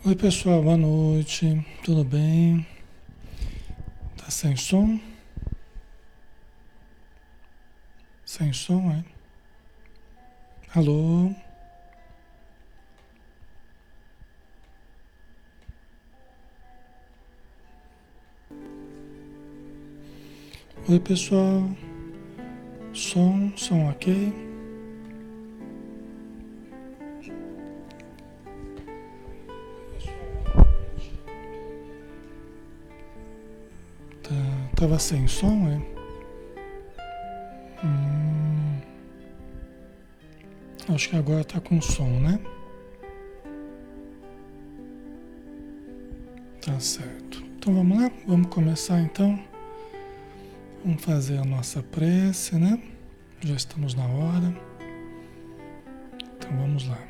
Oi pessoal, boa noite, tudo bem? Tá sem som? Sem som, é? Alô? Oi pessoal, som ok? Tava sem som, é? Hum, acho que agora tá com som, né? Tá certo. Então vamos lá? Vamos começar então? Vamos fazer a nossa prece, né? Já estamos na hora. Então vamos lá.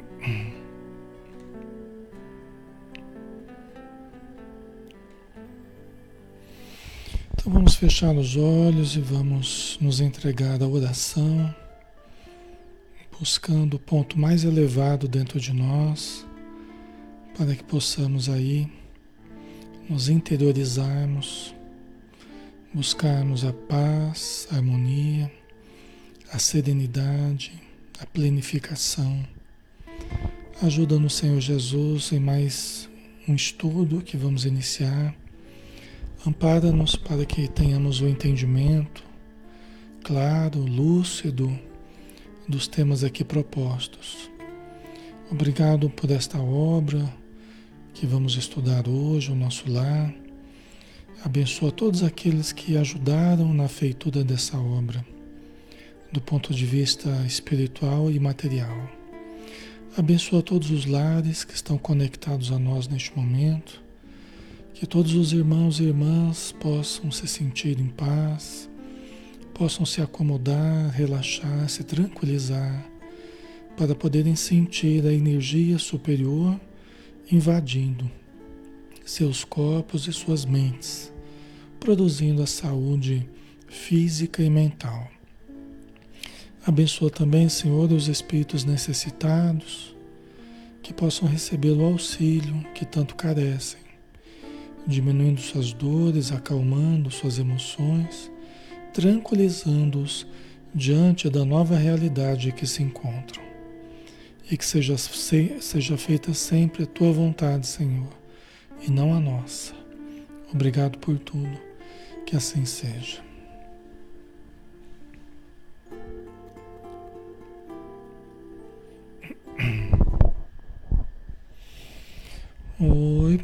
Então vamos fechar os olhos e vamos nos entregar à oração, buscando o ponto mais elevado dentro de nós, para que possamos aí nos interiorizarmos, buscarmos a paz, a harmonia, a serenidade, a plenificação. Ajuda-nos, Senhor Jesus, em mais um estudo que vamos iniciar. Ampara-nos para que tenhamos o entendimento claro, lúcido dos temas aqui propostos. Obrigado por esta obra que vamos estudar hoje, o nosso lar. Abençoa todos aqueles que ajudaram na feitura dessa obra, do ponto de vista espiritual e material. Abençoa todos os lares que estão conectados a nós neste momento. Que todos os irmãos e irmãs possam se sentir em paz, possam se acomodar, relaxar, se tranquilizar, para poderem sentir a energia superior invadindo seus corpos e suas mentes, produzindo a saúde física e mental. Abençoa também, Senhor, os espíritos necessitados, que possam receber o auxílio que tanto carecem, diminuindo suas dores, acalmando suas emoções, tranquilizando-os diante da nova realidade que se encontram. E que seja feita sempre a tua vontade, Senhor, e não a nossa. Obrigado por tudo, que assim seja. Oi.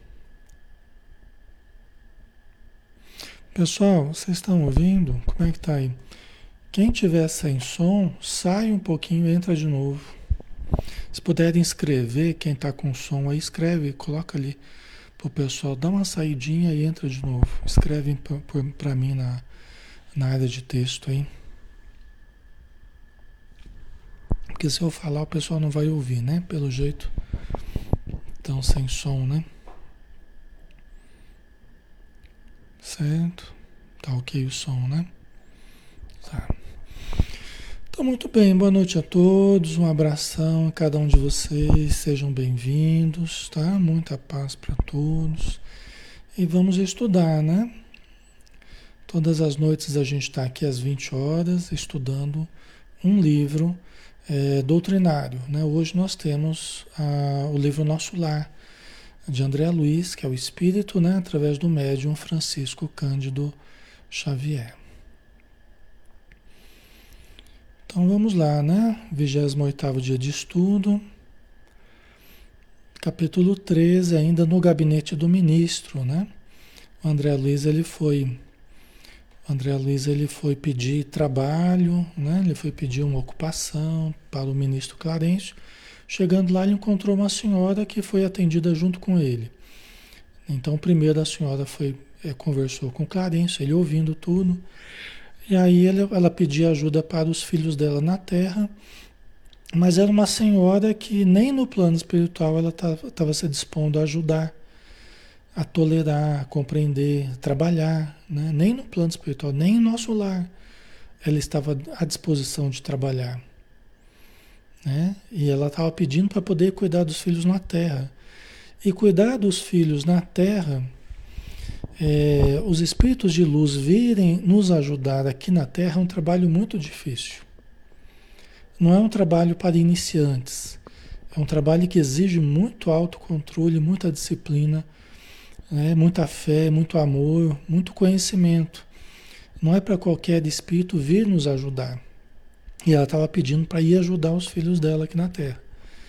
Pessoal, vocês estão ouvindo? Como é que tá aí? Quem tiver sem som, sai um pouquinho e entra de novo. Se puderem escrever, quem está com som aí, escreve, coloca ali pro pessoal, dá uma saidinha e entra de novo. Escrevem para mim na área de texto aí. Porque se eu falar, o pessoal não vai ouvir, né? Pelo jeito, estão sem som, né? Certo? Tá ok o som, né? Tá. Então, muito bem, boa noite a todos, um abração a cada um de vocês, sejam bem-vindos, tá? Muita paz para todos. E vamos estudar, né? Todas as noites a gente está aqui às 20 horas estudando um livro doutrinário, né? Hoje nós temos o livro Nosso Lar, de André Luiz, que é o Espírito, né? Através do médium Francisco Cândido Xavier. Então vamos lá, né? 28º dia de estudo, capítulo 13, ainda no gabinete do ministro, né? O André Luiz ele foi pedir trabalho, né? Ele foi pedir uma ocupação para o ministro Clarencio. Chegando lá, ele encontrou uma senhora que foi atendida junto com ele. Então, primeiro a senhora conversou com o Clarencio, ele ouvindo tudo. E aí ela pedia ajuda para os filhos dela na Terra, mas era uma senhora que nem no plano espiritual ela estava se dispondo a ajudar, a tolerar, a compreender, a trabalhar, né? Nem no plano espiritual, nem em nosso lar ela estava à disposição de trabalhar, né? E ela estava pedindo para poder cuidar dos filhos na Terra. E cuidar dos filhos na Terra, os espíritos de luz virem nos ajudar aqui na Terra é um trabalho muito difícil. Não é um trabalho para iniciantes. É um trabalho que exige muito autocontrole, muita disciplina, né? Muita fé, muito amor, muito conhecimento. Não é para qualquer espírito vir nos ajudar. E ela estava pedindo para ir ajudar os filhos dela aqui na Terra.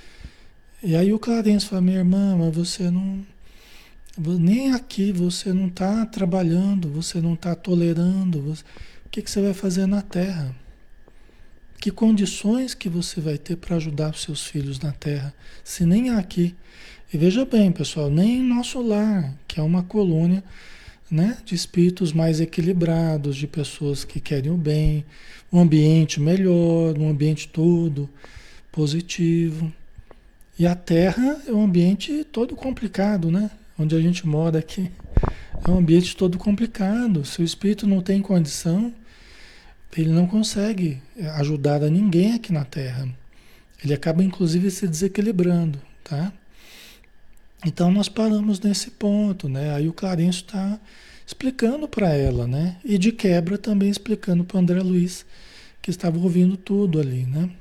E aí o Clarence fala, minha irmã, mas você não... Nem aqui você não está trabalhando, você não está tolerando. O que você vai fazer na Terra? Que condições que você vai ter para ajudar os seus filhos na Terra, se nem aqui? E veja bem, pessoal, nem em nosso lar, que é uma colônia, né, de espíritos mais equilibrados, de pessoas que querem o bem, um ambiente melhor, um ambiente todo positivo. E a Terra é um ambiente todo complicado, né? Onde a gente mora aqui é um ambiente todo complicado. Se o espírito não tem condição, ele não consegue ajudar a ninguém aqui na Terra. Ele acaba, inclusive, se desequilibrando, tá? Então, nós paramos nesse ponto, né? Aí o Clarencio está explicando para ela, né? E de quebra também explicando para o André Luiz, que estava ouvindo tudo ali, né?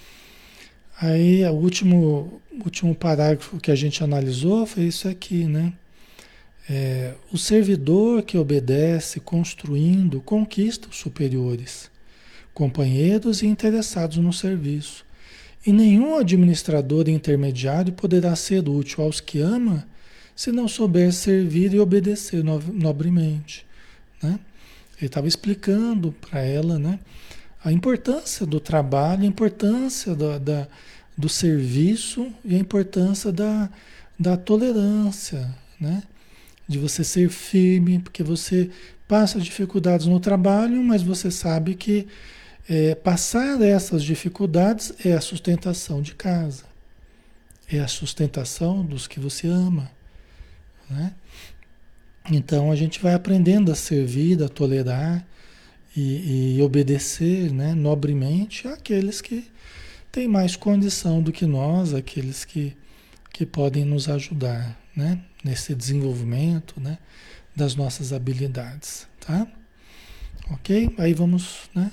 Aí, o último parágrafo que a gente analisou foi isso aqui, né? O servidor que obedece construindo conquista os superiores, companheiros e interessados no serviço. E nenhum administrador intermediário poderá ser útil aos que ama se não souber servir e obedecer nobremente, né? Ele estava explicando para ela, né, a importância do trabalho, a importância do serviço e a importância da tolerância, né? De você ser firme, porque você passa dificuldades no trabalho, mas você sabe que passar essas dificuldades é a sustentação de casa, é a sustentação dos que você ama, né? Então a gente vai aprendendo a servir, a tolerar e obedecer, né, nobremente àqueles que têm mais condição do que nós, aqueles que podem nos ajudar, né, nesse desenvolvimento, né, das nossas habilidades, tá? Ok? Aí vamos, né,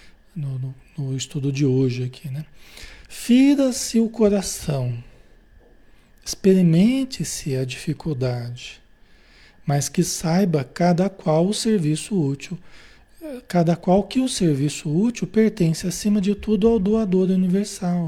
no estudo de hoje aqui, né? Fira-se o coração, experimente-se a dificuldade, mas que saiba cada qual o serviço útil, cada qual que o serviço útil pertence acima de tudo ao doador universal.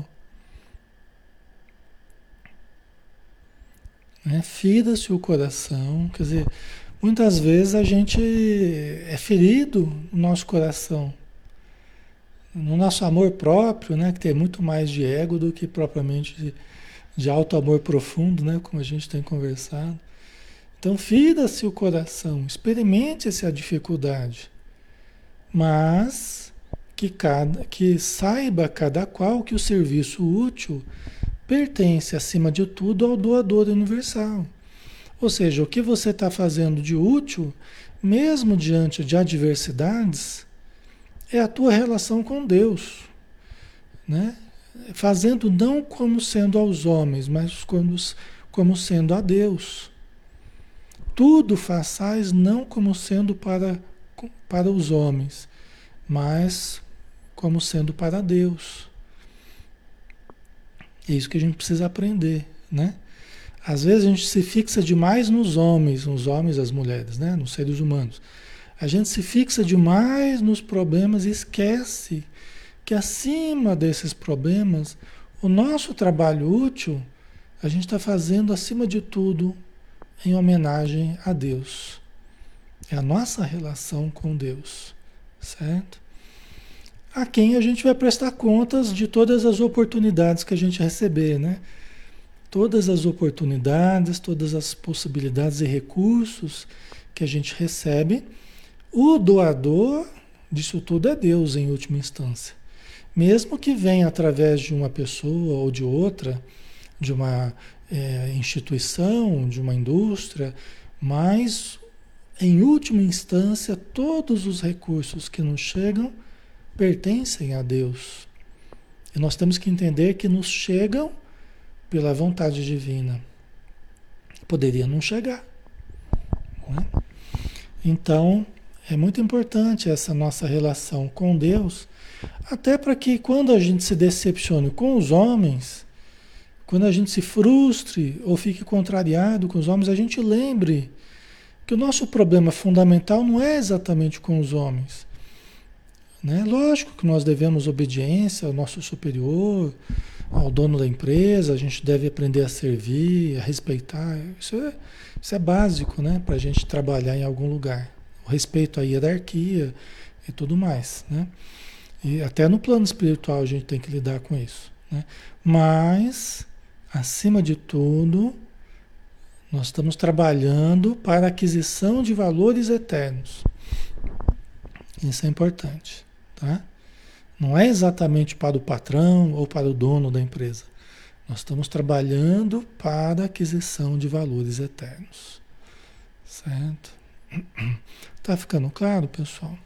Né? Fira-se o coração, quer dizer, muitas vezes a gente é ferido no nosso coração, no nosso amor próprio, né, que tem muito mais de ego do que propriamente de alto amor profundo, né, como a gente tem conversado. Então, fira-se o coração, experimente-se a dificuldade, mas que saiba cada qual que o serviço útil pertence, acima de tudo, ao doador universal. Ou seja, o que você está fazendo de útil, mesmo diante de adversidades, é a tua relação com Deus, né? Fazendo não como sendo aos homens, mas como sendo a Deus. Tudo façais não como sendo para os homens, mas como sendo para Deus. É isso que a gente precisa aprender, né? Às vezes a gente se fixa demais nos homens, as mulheres, né? Nos seres humanos. A gente se fixa demais nos problemas e esquece que acima desses problemas, o nosso trabalho útil, a gente está fazendo acima de tudo em homenagem a Deus. É a nossa relação com Deus, certo? A quem a gente vai prestar contas de todas as oportunidades que a gente receber, né? Todas as oportunidades, todas as possibilidades e recursos que a gente recebe, o doador disso tudo é Deus em última instância. Mesmo que venha através de uma pessoa ou de outra, de uma instituição, de uma indústria, mas em última instância todos os recursos que nos chegam pertencem a Deus. E nós temos que entender que nos chegam pela vontade divina. Poderia não chegar, né? Então, é muito importante essa nossa relação com Deus, até para que quando a gente se decepcione com os homens, quando a gente se frustre ou fique contrariado com os homens, a gente lembre que o nosso problema fundamental não é exatamente com os homens, né? Lógico que nós devemos obediência ao nosso superior, ao dono da empresa, a gente deve aprender a servir, a respeitar. Isso é básico, né? Para a gente trabalhar em algum lugar. O respeito à hierarquia e tudo mais, né? E até no plano espiritual a gente tem que lidar com isso, né? Mas, acima de tudo, nós estamos trabalhando para a aquisição de valores eternos. Isso é importante, tá? Não é exatamente para o patrão ou para o dono da empresa. Nós estamos trabalhando para a aquisição de valores eternos. Certo? Tá ficando claro, pessoal?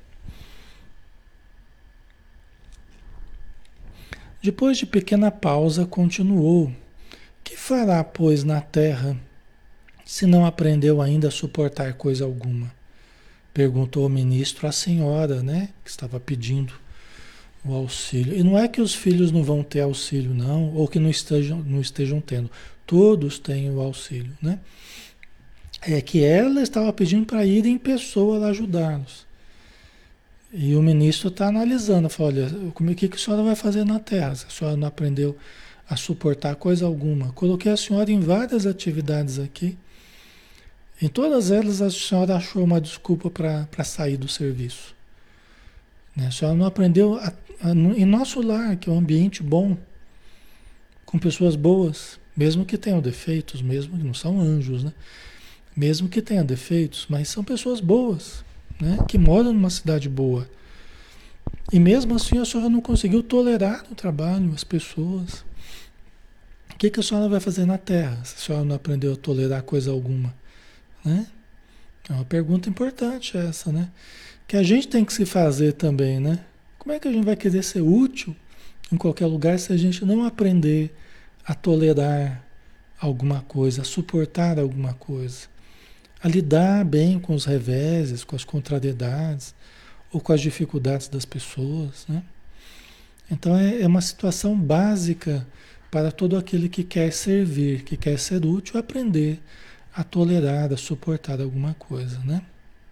Depois de pequena pausa, continuou. Que fará, pois, na terra, se não aprendeu ainda a suportar coisa alguma? Perguntou o ministro à senhora, né, que estava pedindo o auxílio. E não é que os filhos não vão ter auxílio, não, ou que não estejam tendo. Todos têm o auxílio, né? É que ela estava pedindo para ir em pessoa lá ajudá-los. E o ministro está analisando, fala, olha, o que a senhora vai fazer na Terra? Se a senhora não aprendeu a suportar coisa alguma. Coloquei a senhora em várias atividades aqui. Em todas elas a senhora achou uma desculpa para sair do serviço. Né? A senhora não aprendeu em nosso lar, que é um ambiente bom, com pessoas boas, mesmo que tenham defeitos, mesmo que não são anjos, né? Mesmo que tenham defeitos, mas são pessoas boas, né? Que moram numa cidade boa. E mesmo assim a senhora não conseguiu tolerar no trabalho as pessoas. O que a senhora vai fazer na Terra se a senhora não aprendeu a tolerar coisa alguma? Né? É uma pergunta importante essa, né? Que a gente tem que se fazer também, né? Como é que a gente vai querer ser útil em qualquer lugar se a gente não aprender a tolerar alguma coisa, a suportar alguma coisa, a lidar bem com os reveses, com as contrariedades ou com as dificuldades das pessoas, né? Então é uma situação básica para todo aquele que quer servir, que quer ser útil, aprender a tolerar, a suportar alguma coisa, né?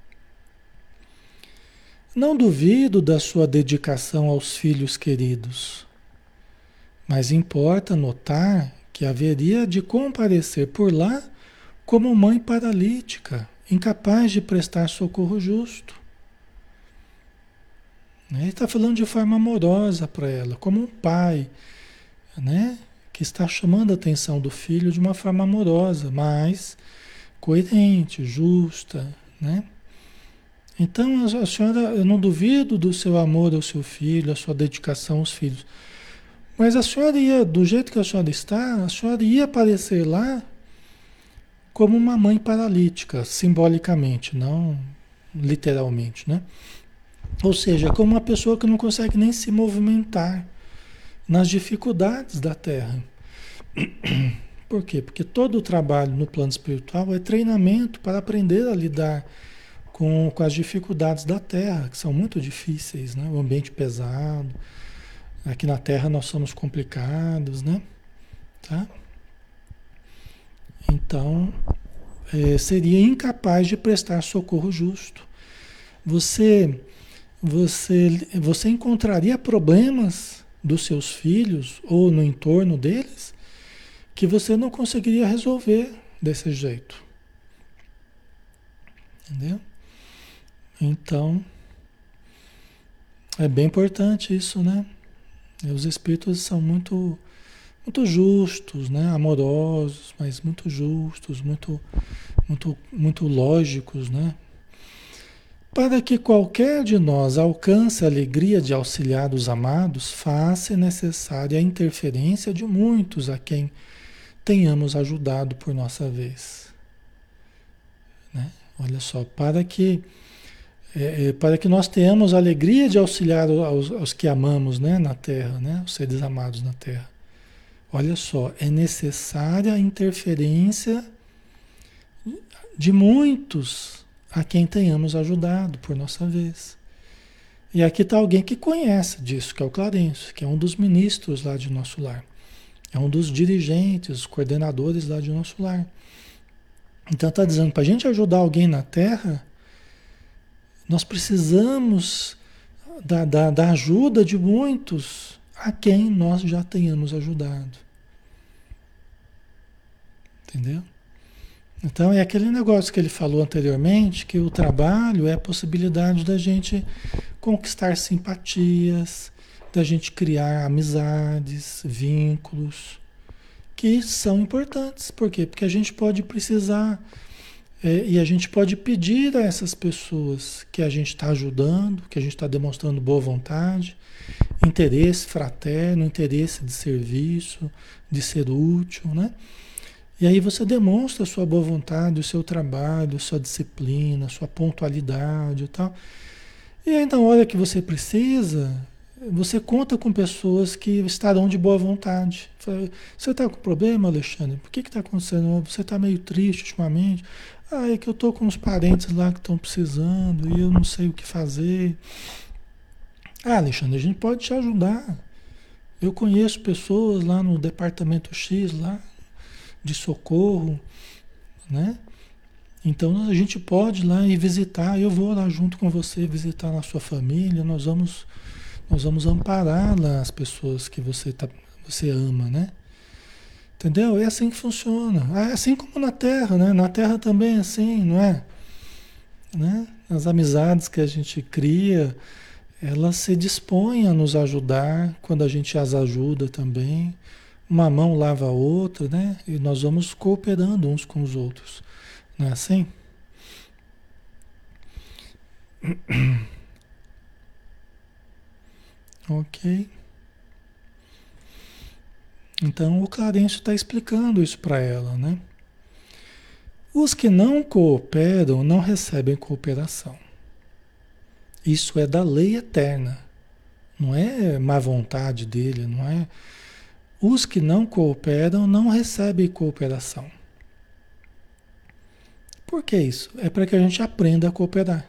Não duvido da sua dedicação aos filhos queridos, mas importa notar que haveria de comparecer por lá como mãe paralítica, incapaz de prestar socorro justo. Ele está falando de forma amorosa para ela, como um pai, né? Que está chamando a atenção do filho de uma forma amorosa, mas coerente, justa, né? Então, a senhora, eu não duvido do seu amor ao seu filho, a sua dedicação aos filhos. Mas a senhora ia, do jeito que a senhora está, a senhora ia aparecer lá como uma mãe paralítica, simbolicamente, não literalmente, né? Ou seja, como uma pessoa que não consegue nem se movimentar nas dificuldades da Terra. Por quê? Porque todo o trabalho no plano espiritual é treinamento para aprender a lidar com as dificuldades da Terra, que são muito difíceis, né? O ambiente pesado. Aqui na Terra nós somos complicados, né? Tá? Então, seria incapaz de prestar socorro justo. Você encontraria problemas dos seus filhos ou no entorno deles que você não conseguiria resolver desse jeito. Entendeu? Então, é bem importante isso, né? E os espíritos são muito, muito justos, né? Amorosos, mas muito justos, muito lógicos, né? Para que qualquer de nós alcance a alegria de auxiliar os amados, faz-se necessária a interferência de muitos a quem tenhamos ajudado por nossa vez. Né? Olha só, para que nós tenhamos a alegria de auxiliar aos que amamos, né, na Terra, né, os seres amados na Terra. Olha só, é necessária a interferência de muitos a quem tenhamos ajudado por nossa vez. E aqui está alguém que conhece disso, que é o Clarencio, que é um dos ministros lá de nosso lar. É um dos dirigentes, os coordenadores lá de nosso lar. Então está dizendo, para a gente ajudar alguém na Terra, nós precisamos da ajuda de muitos a quem nós já tenhamos ajudado. Entendeu? Então é aquele negócio que ele falou anteriormente, que o trabalho é a possibilidade da gente conquistar simpatias, da gente criar amizades, vínculos, que são importantes. Por quê? Porque a gente pode precisar e a gente pode pedir a essas pessoas que a gente está ajudando, que a gente está demonstrando boa vontade, interesse fraterno, interesse de serviço, de ser útil, né? E aí você demonstra a sua boa vontade, o seu trabalho, a sua disciplina, a sua pontualidade e tal. E aí na hora que você precisa, você conta com pessoas que estarão de boa vontade. Fala, você está com problema, Alexandre? Por que está acontecendo? Você está meio triste ultimamente? Ah, é que eu estou com uns parentes lá que estão precisando e eu não sei o que fazer. Ah, Alexandre, a gente pode te ajudar. Eu conheço pessoas lá no departamento X, lá, de socorro, né? Então a gente pode ir lá e visitar. Eu vou lá junto com você visitar a sua família. Nós vamos amparar lá as pessoas que você ama, né? Entendeu? É assim que funciona. É assim como na Terra, né? Na Terra também é assim, não é? Né? As amizades que a gente cria, elas se dispõem a nos ajudar quando a gente as ajuda também. Uma mão lava a outra, né? E nós vamos cooperando uns com os outros. Não é assim? Ok. Então o Clarencio está explicando isso para ela, né? Os que não cooperam não recebem cooperação. Isso é da lei eterna. Não é má vontade dele, não é. Os que não cooperam não recebem cooperação. Por que isso? É para que a gente aprenda a cooperar.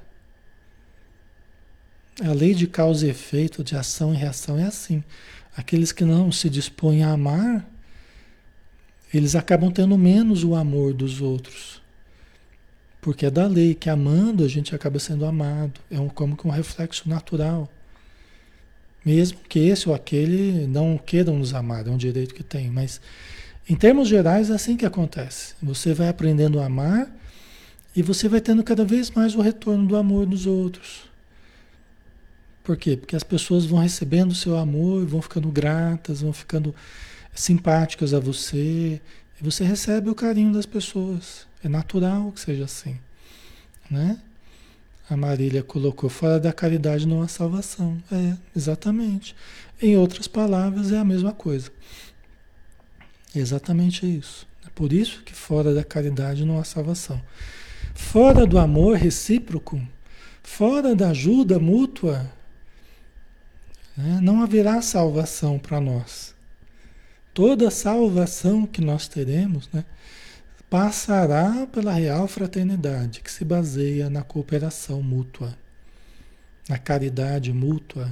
A lei de causa e efeito, de ação e reação é assim. Aqueles que não se dispõem a amar, eles acabam tendo menos o amor dos outros. Porque é da lei que amando a gente acaba sendo amado. Como que um reflexo natural. Mesmo que esse ou aquele não queiram nos amar, é um direito que tem. Mas em termos gerais é assim que acontece. Você vai aprendendo a amar e você vai tendo cada vez mais o retorno do amor dos outros. Por quê? Porque as pessoas vão recebendo o seu amor, vão ficando gratas, vão ficando simpáticas a você. E você recebe o carinho das pessoas. É natural que seja assim, né? A Marília colocou, fora da caridade não há salvação. É, exatamente. Em outras palavras, é a mesma coisa. É exatamente isso. É por isso que fora da caridade não há salvação. Fora do amor recíproco, fora da ajuda mútua, né, não haverá salvação para nós. Toda salvação que nós teremos, né, passará pela real fraternidade, que se baseia na cooperação mútua, na caridade mútua,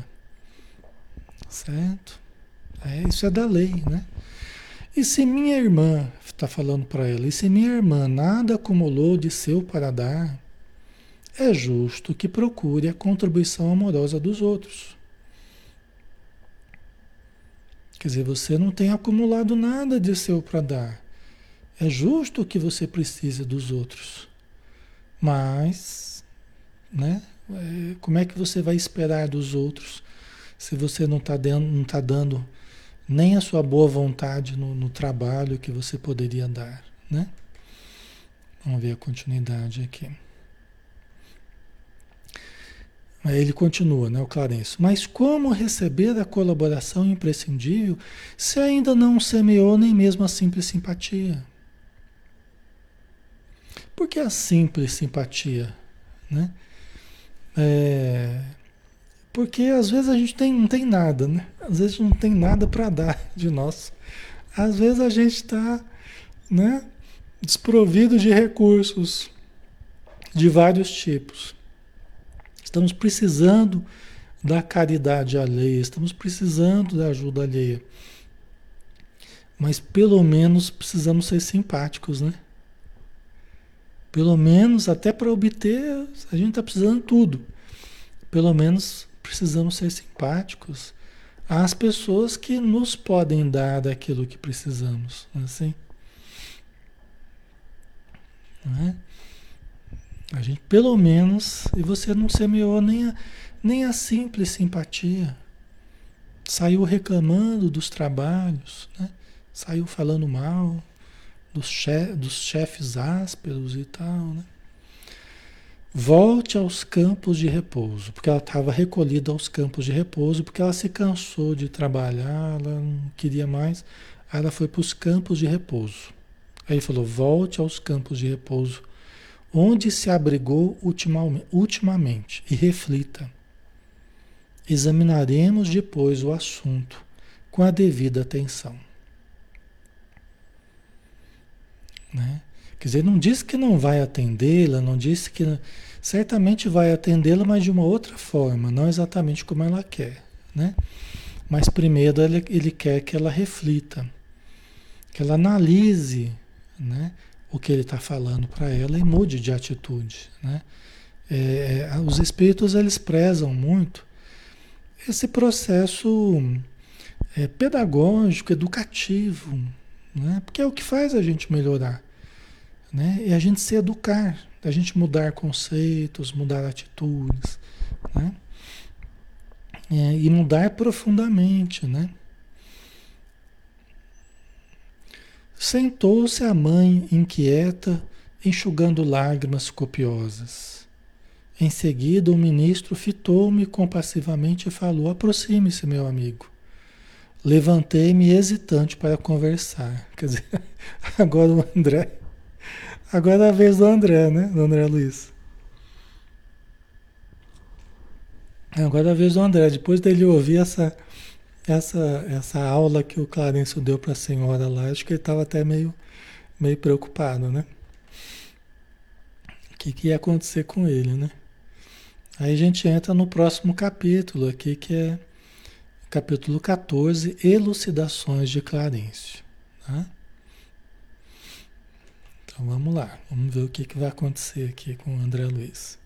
certo? Isso é da lei, né? E se minha irmã, está falando para ela, e se minha irmã nada acumulou de seu para dar, é justo que procure a contribuição amorosa dos outros. Quer dizer, você não tem acumulado nada de seu para dar. É justo que você precise dos outros. Mas, né? Como é que você vai esperar dos outros se você não está dando nem a sua boa vontade no trabalho que você poderia dar, né? Vamos ver a continuidade aqui. Aí ele continua, né, o Clarencio. Mas como receber a colaboração imprescindível se ainda não semeou nem mesmo a simples simpatia? Por que a simples simpatia, né? Porque às vezes a gente não tem nada, né? Às vezes não tem nada para dar de nós. Às vezes a gente está, né, desprovido de recursos, de vários tipos. Estamos precisando da caridade alheia, estamos precisando da ajuda alheia. Mas pelo menos precisamos ser simpáticos, né? Pelo menos, até para obter, a gente está precisando de tudo. Pelo menos precisamos ser simpáticos às pessoas que nos podem dar daquilo que precisamos. Assim, não é? A gente, pelo menos, e você não semeou nem a simples simpatia. Saiu reclamando dos trabalhos, né? Saiu falando mal dos chefes ásperos e tal, né? Volte aos campos de repouso, porque ela estava recolhida aos campos de repouso, porque ela se cansou de trabalhar, ela não queria mais, aí ela foi para os campos de repouso. Aí ele falou, volte aos campos de repouso, onde se abrigou ultimamente, e reflita. Examinaremos depois o assunto com a devida atenção. Né? Quer dizer, não disse que não vai atendê-la, não disse que... Certamente vai atendê-la, mas de uma outra forma, não exatamente como ela quer, né? Mas primeiro ele quer que ela reflita, que ela analise, né, o que ele está falando para ela e mude de atitude, né? Os espíritos, eles prezam muito esse processo pedagógico, educativo, né? Porque é o que faz a gente melhorar, né? E a gente se educar, a gente mudar conceitos, mudar atitudes, né? E mudar profundamente, né? Sentou-se a mãe inquieta, enxugando lágrimas copiosas. Em seguida, o ministro fitou-me compassivamente e falou: aproxime-se, meu amigo. Levantei-me hesitante para conversar. Quer dizer, agora o André. Agora é a vez do André, né? Do André Luiz. Agora é a vez do André. Depois dele ouvir essa aula que o Clarencio deu para a senhora lá, acho que ele estava até meio preocupado, né? O que ia acontecer com ele, né? Aí a gente entra no próximo capítulo aqui, que é capítulo 14, Elucidações de Clarencio. Tá? Então vamos lá, vamos ver o que vai acontecer aqui com o André Luiz.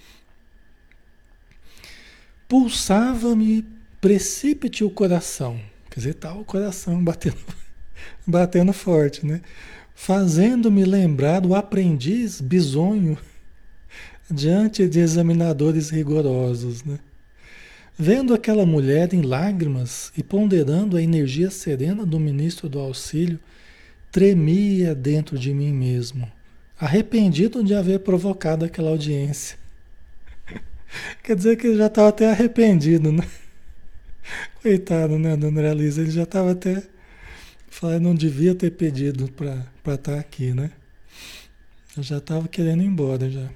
Pulsava-me precípite o coração, quer dizer, tá o coração batendo forte, né? Fazendo-me lembrar do aprendiz bisonho diante de examinadores rigorosos, né? Vendo aquela mulher em lágrimas e ponderando a energia serena do ministro do auxílio, tremia dentro de mim mesmo, arrependido de haver provocado aquela audiência. Quer dizer que ele já estava até arrependido, né? Coitado, né, do André Luiz? Ele já estava até falando, não devia ter pedido para estar aqui, né? Eu já estava querendo ir embora já.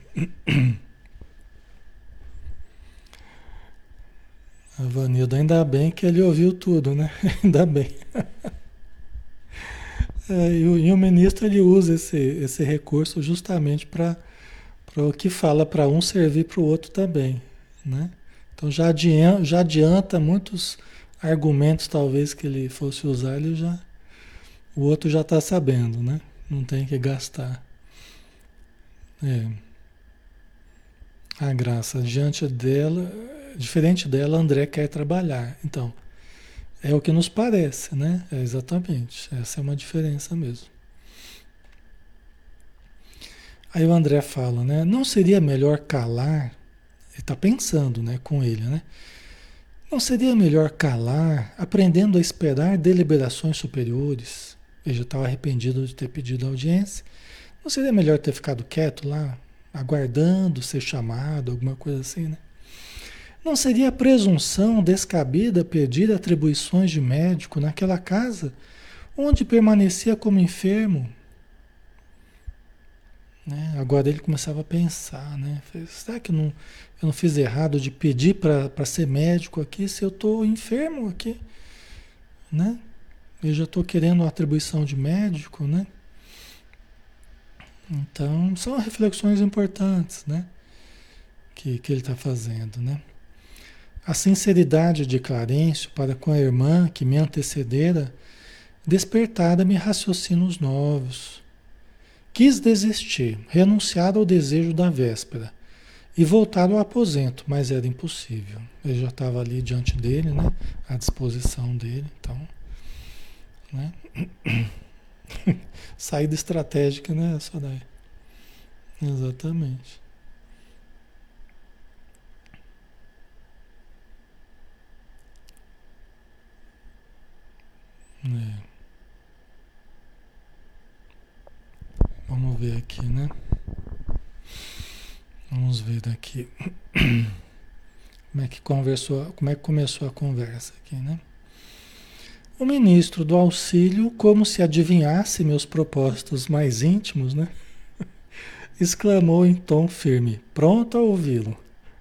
A Vanilda, ainda bem que ele ouviu tudo, né? Ainda bem. E o ministro, ele usa esse recurso justamente para o que fala para um servir para o outro também, né? Então já adianta muitos argumentos talvez que ele fosse usar, o outro já está sabendo, né? Não tem que gastar. A Graça, diferente dela, André quer trabalhar. Então, é o que nos parece, né? Exatamente. Essa é uma diferença mesmo. Aí o André fala, né? Não seria melhor calar? Ele está pensando, né, com ele, né? Não seria melhor calar, aprendendo a esperar deliberações superiores? Ele já estava arrependido de ter pedido audiência. Não seria melhor ter ficado quieto lá, aguardando ser chamado, alguma coisa assim, né? Não seria presunção descabida pedir atribuições de médico naquela casa onde permanecia como enfermo? Né? Agora ele começava a pensar, né? Será que eu não fiz errado de pedir para ser médico aqui se eu estou enfermo aqui? Né? Eu já estou querendo a atribuição de médico, né? Então, são reflexões importantes, né? Que ele está fazendo, né? A sinceridade de Clarencio para com a irmã que me antecedera despertara-me raciocínios novos. Quis desistir, renunciar ao desejo da véspera e voltar ao aposento, mas era impossível. Ele já estava ali diante dele, né? À disposição dele, então, né? Saída estratégica, né, Soraya? Exatamente. É. Vamos ver aqui, né? Vamos ver daqui. Como é que começou a conversa aqui, né? O ministro do auxílio, como se adivinhasse meus propósitos mais íntimos, né? Exclamou em tom firme, pronto a ouvi-lo.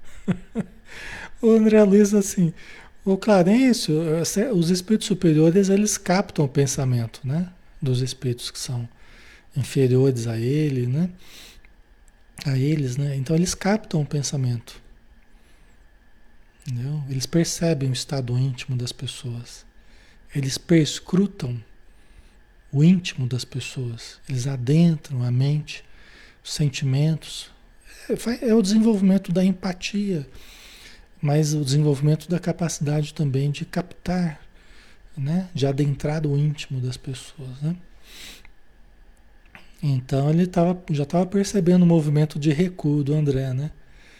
O André Luiz, assim, o Clarencio, os espíritos superiores, eles captam o pensamento, né? Dos espíritos que são inferiores a ele, né? A eles, né? Então eles captam o pensamento, entendeu? Eles percebem o estado íntimo das pessoas. Eles perscrutam o íntimo das pessoas. Eles adentram a mente, os sentimentos. É o desenvolvimento da empatia, mas o desenvolvimento da capacidade também de captar, né? De adentrar o íntimo das pessoas, né? Então ele já estava percebendo o movimento de recuo do André, né?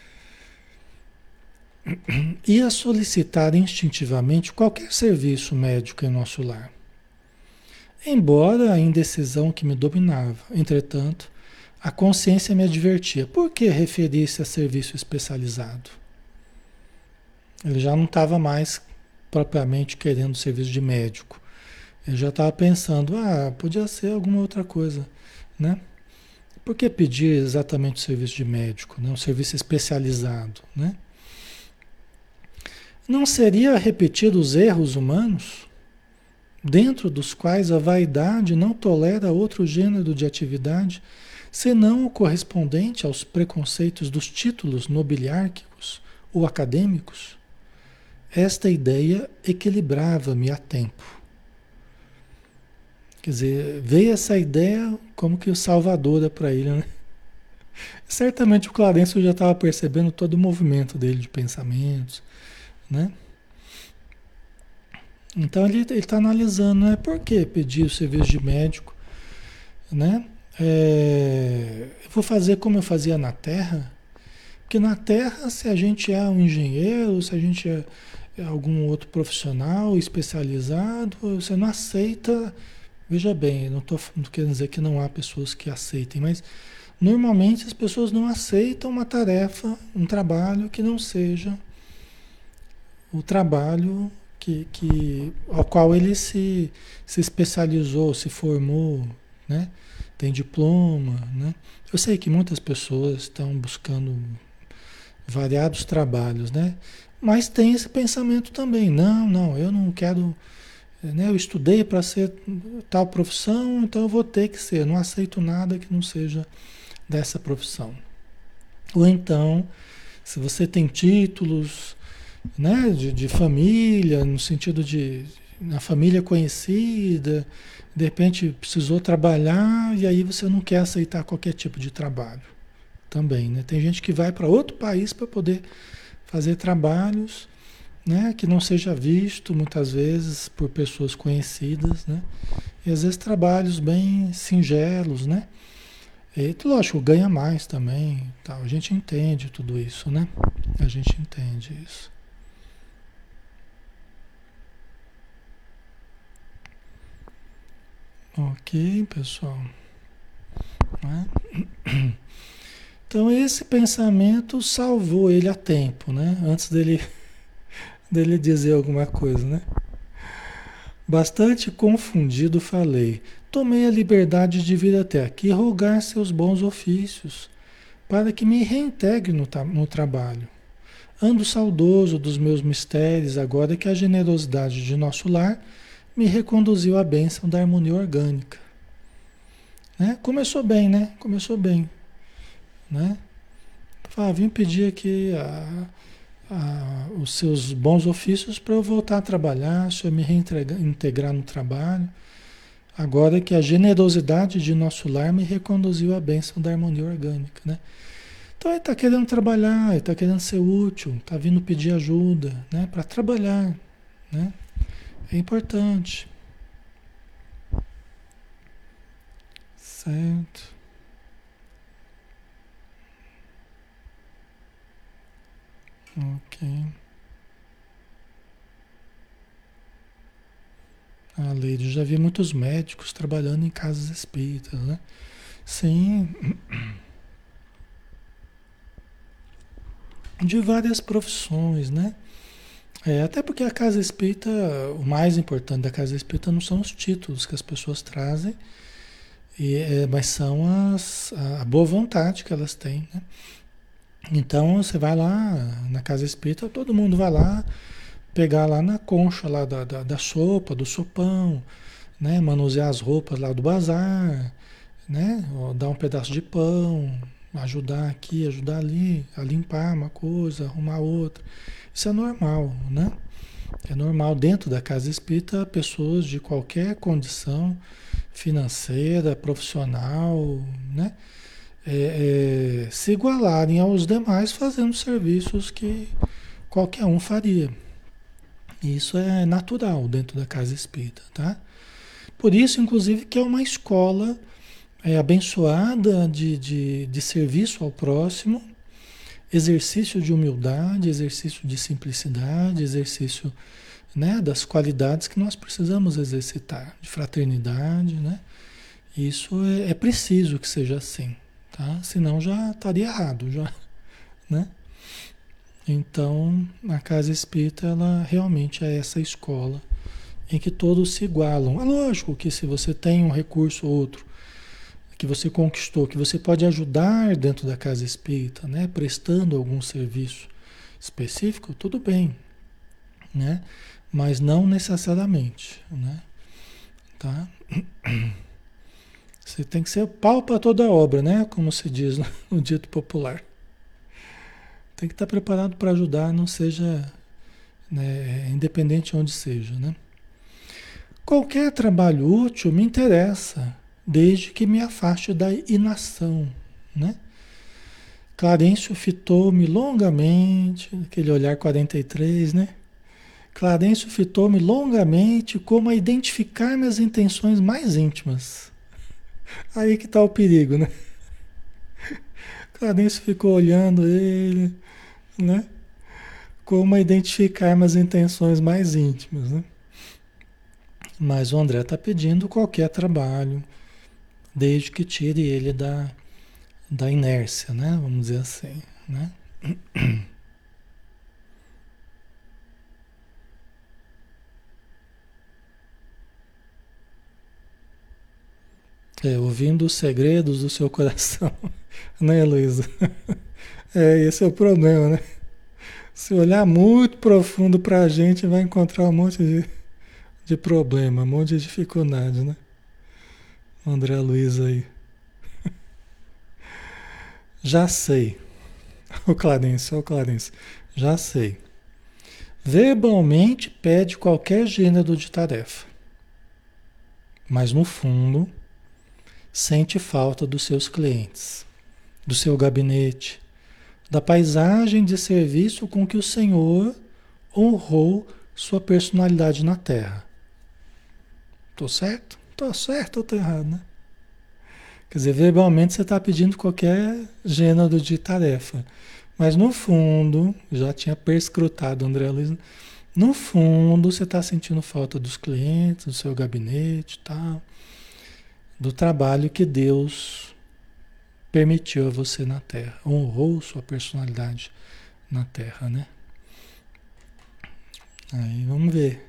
Ia solicitar instintivamente qualquer serviço médico em nosso lar. Embora a indecisão que me dominava, entretanto, a consciência me advertia. Por que referir-se a serviço especializado? Ele já não estava mais propriamente querendo serviço de médico. Ele já estava pensando, podia ser alguma outra coisa, né? Por que pedir exatamente o serviço de médico, né? Um serviço especializado, né? Não seria repetir os erros humanos, dentro dos quais a vaidade não tolera outro gênero de atividade, senão o correspondente aos preconceitos dos títulos nobiliárquicos ou acadêmicos? Esta ideia equilibrava-me a tempo. Quer dizer, veio essa ideia como que salvadora para ele, né? Certamente o Clarencio já estava percebendo todo o movimento dele de pensamentos, né? Então ele está analisando, né? Por que pedir o serviço de médico, né? Eu vou fazer como eu fazia na Terra, porque na Terra, se a gente é um engenheiro, se a gente é algum outro profissional especializado, você não aceita. Veja bem, eu não estou querendo dizer que não há pessoas que aceitem, mas normalmente as pessoas não aceitam uma tarefa, um trabalho que não seja o trabalho ao qual ele se especializou, se formou, né? Tem diploma, né? Eu sei que muitas pessoas estão buscando variados trabalhos, né? Mas tem esse pensamento também. Não, eu não quero, né? Eu estudei para ser tal profissão, então eu vou ter que ser. Eu não aceito nada que não seja dessa profissão. Ou então, se você tem títulos, né, de família, no sentido de na família conhecida, de repente precisou trabalhar e aí você não quer aceitar qualquer tipo de trabalho também, né? Tem gente que vai para outro país para poder fazer trabalhos, né, que não seja visto muitas vezes por pessoas conhecidas, né? E às vezes trabalhos bem singelos, né? E lógico, ganha mais também, tal. A gente entende tudo isso, né? A gente entende isso. Ok, pessoal. Né? Então esse pensamento salvou ele a tempo, né? Antes dele dizer alguma coisa, né? Bastante confundido falei. Tomei a liberdade de vir até aqui rogar seus bons ofícios, para que me reintegre no trabalho. Ando saudoso dos meus mistérios, agora que a generosidade de nosso lar me reconduziu à bênção da harmonia orgânica. né? Começou bem, né? Começou bem, né? Fala, vim pedir aqui os seus bons ofícios para eu voltar a trabalhar, se eu me reintegrar no trabalho. Agora que a generosidade de nosso lar me reconduziu à bênção da harmonia orgânica, né? Então ele está querendo trabalhar, ele está querendo ser útil, está vindo pedir ajuda, né? Para trabalhar, né? É importante, certo? Ok. Ah, Leide, já vi muitos médicos trabalhando em casas espíritas, né? Sim, de várias profissões, né? Até porque a casa espírita, o mais importante da casa espírita não são os títulos que as pessoas trazem, mas são a boa vontade que elas têm, né? Então você vai lá na casa espírita, todo mundo vai lá pegar lá na concha lá da sopa, do sopão, né? Manusear as roupas lá do bazar, né? Ou dar um pedaço de pão, ajudar aqui, ajudar ali, a limpar uma coisa, arrumar outra. Isso é normal, né? É normal dentro da casa espírita pessoas de qualquer condição financeira, profissional, né? Se igualarem aos demais fazendo serviços que qualquer um faria. Isso é natural dentro da casa espírita, tá? Por isso, inclusive, que é uma escola abençoada de serviço ao próximo, exercício de humildade, exercício de simplicidade, exercício, né, das qualidades que nós precisamos exercitar, de fraternidade, né? Isso é preciso que seja assim, tá? Senão já estaria errado, já, né? Então, a casa espírita, ela realmente é essa escola em que todos se igualam. É lógico que se você tem um recurso ou outro que você conquistou, que você pode ajudar dentro da casa espírita, né, prestando algum serviço específico, tudo bem, né? Mas não necessariamente, né? Tá? Você tem que ser pau para toda obra, né? Como se diz no dito popular. Tem que estar preparado para ajudar, não seja, né, independente de onde seja, né? Qualquer trabalho útil me interessa, desde que me afaste da inação, né? Clarencio fitou-me longamente, aquele olhar 43, né? Clarencio fitou-me longamente como a identificar minhas intenções mais íntimas. Aí que está o perigo, né? Clarencio ficou olhando ele, né? Como a identificar minhas intenções mais íntimas, né? Mas o André está pedindo qualquer trabalho, desde que tire ele da inércia, né? Vamos dizer assim, né? Ouvindo os segredos do seu coração, né, Luísa? Esse é o problema, né? Se olhar muito profundo para a gente, vai encontrar um monte de problema, um monte de dificuldade, né? André Luiz aí. Já sei. O Clarence. Já sei. Verbalmente pede qualquer gênero de tarefa, mas no fundo sente falta dos seus clientes, do seu gabinete, da paisagem de serviço com que o Senhor honrou sua personalidade na Terra. Tô certo? Tô certo ou tô errado, né? Quer dizer, verbalmente você está pedindo qualquer gênero de tarefa, mas no fundo, já tinha perscrutado André Luiz, no fundo você está sentindo falta dos clientes, do seu gabinete e tal, do trabalho que Deus permitiu a você na Terra, honrou sua personalidade na Terra, né? Aí vamos ver.